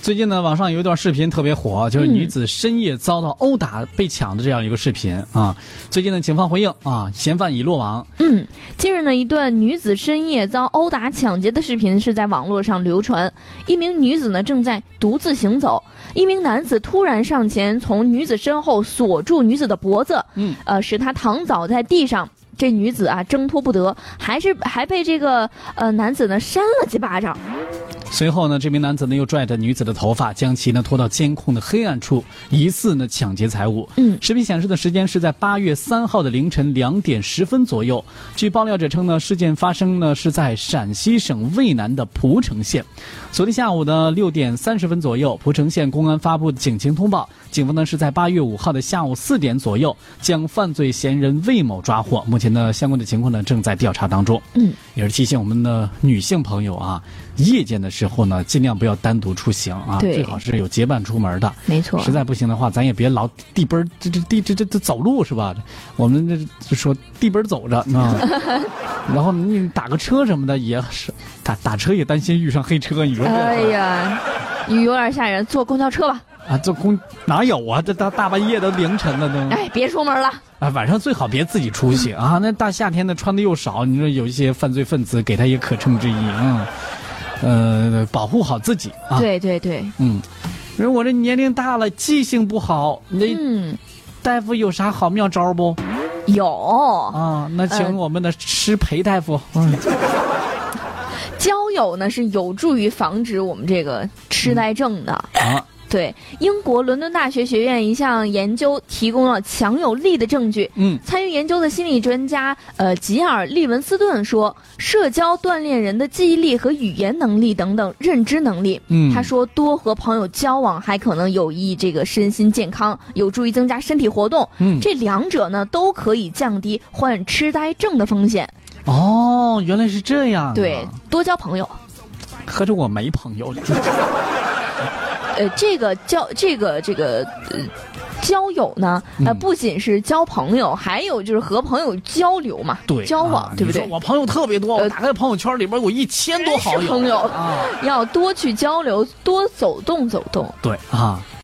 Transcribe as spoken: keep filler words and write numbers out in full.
最近呢，网上有一段视频特别火，就是女子深夜遭到殴打被抢的这样一个视频啊。最近呢，警方回应啊，嫌犯已落网。 嗯，近日呢，一段女子深夜遭殴打抢劫的视频是在网络上流传。一名女子呢正在独自行走，一名男子突然上前，从女子身后锁住女子的脖子，嗯，呃，使她躺倒在地上。这女子啊挣脱不得，还是还被这个呃男子呢扇了几巴掌。 随后呢，这名男子呢又拽着女子的头发，将其呢拖到监控的黑暗处，疑似呢抢劫财物。嗯，视频显示的时间是在八月三号的凌晨两点十分左右。据爆料者称呢，事件发生呢是在陕西省渭南的蒲城县。昨天下午的六点三十分左右，蒲城县公安发布警情通报，警方呢是在八月五号的下午四点左右将犯罪嫌疑人魏某抓获。目前呢，相关的情况呢正在调查当中。嗯，也是提醒我们的女性朋友啊，夜间的时候呢，尽量不要单独出行啊，最好是有结伴出门的。 没错， 实在不行的话，咱也别老地奔这这地这这这走路是吧？我们这就说地奔走着啊，然后你打个车什么的也是打打车也担心遇上黑车，你说？ 哎呀，你有点吓人，坐公交车吧。 啊，坐公哪有啊？这大大半夜的凌晨了都。 哎，别出门了。 啊，晚上最好别自己出去啊！那大夏天的穿的又少，你说有一些犯罪分子给他也可乘之一啊。呃，保护好自己啊！ 对对对， 嗯，如果这年龄大了，记性不好，那嗯，大夫有啥好妙招不？ 有啊，那请我们的施培大夫。嗯， 交友呢是有助于防止我们这个痴呆症的啊。对，英国伦敦大学学院一项研究提供了强有力的证据。嗯，参与研究的心理专家呃吉尔利文斯顿说，社交锻炼人的记忆力和语言能力等等认知能力。嗯，他说多和朋友交往还可能有益这个身心健康，有助于增加身体活动。嗯，这两者呢都可以降低患痴呆症的风险。 哦，原来是这样啊。 对，多交朋友。 合着我没朋友。 呃，这个交这个这个呃交友呢，呃，不仅是交朋友，还有就是和朋友交流嘛， 对， 交往， 啊、 对不对？ 我朋友特别多，我打开朋友圈里边有一千多好友， 朋友啊， 要多去交流，多走动走动。 对啊。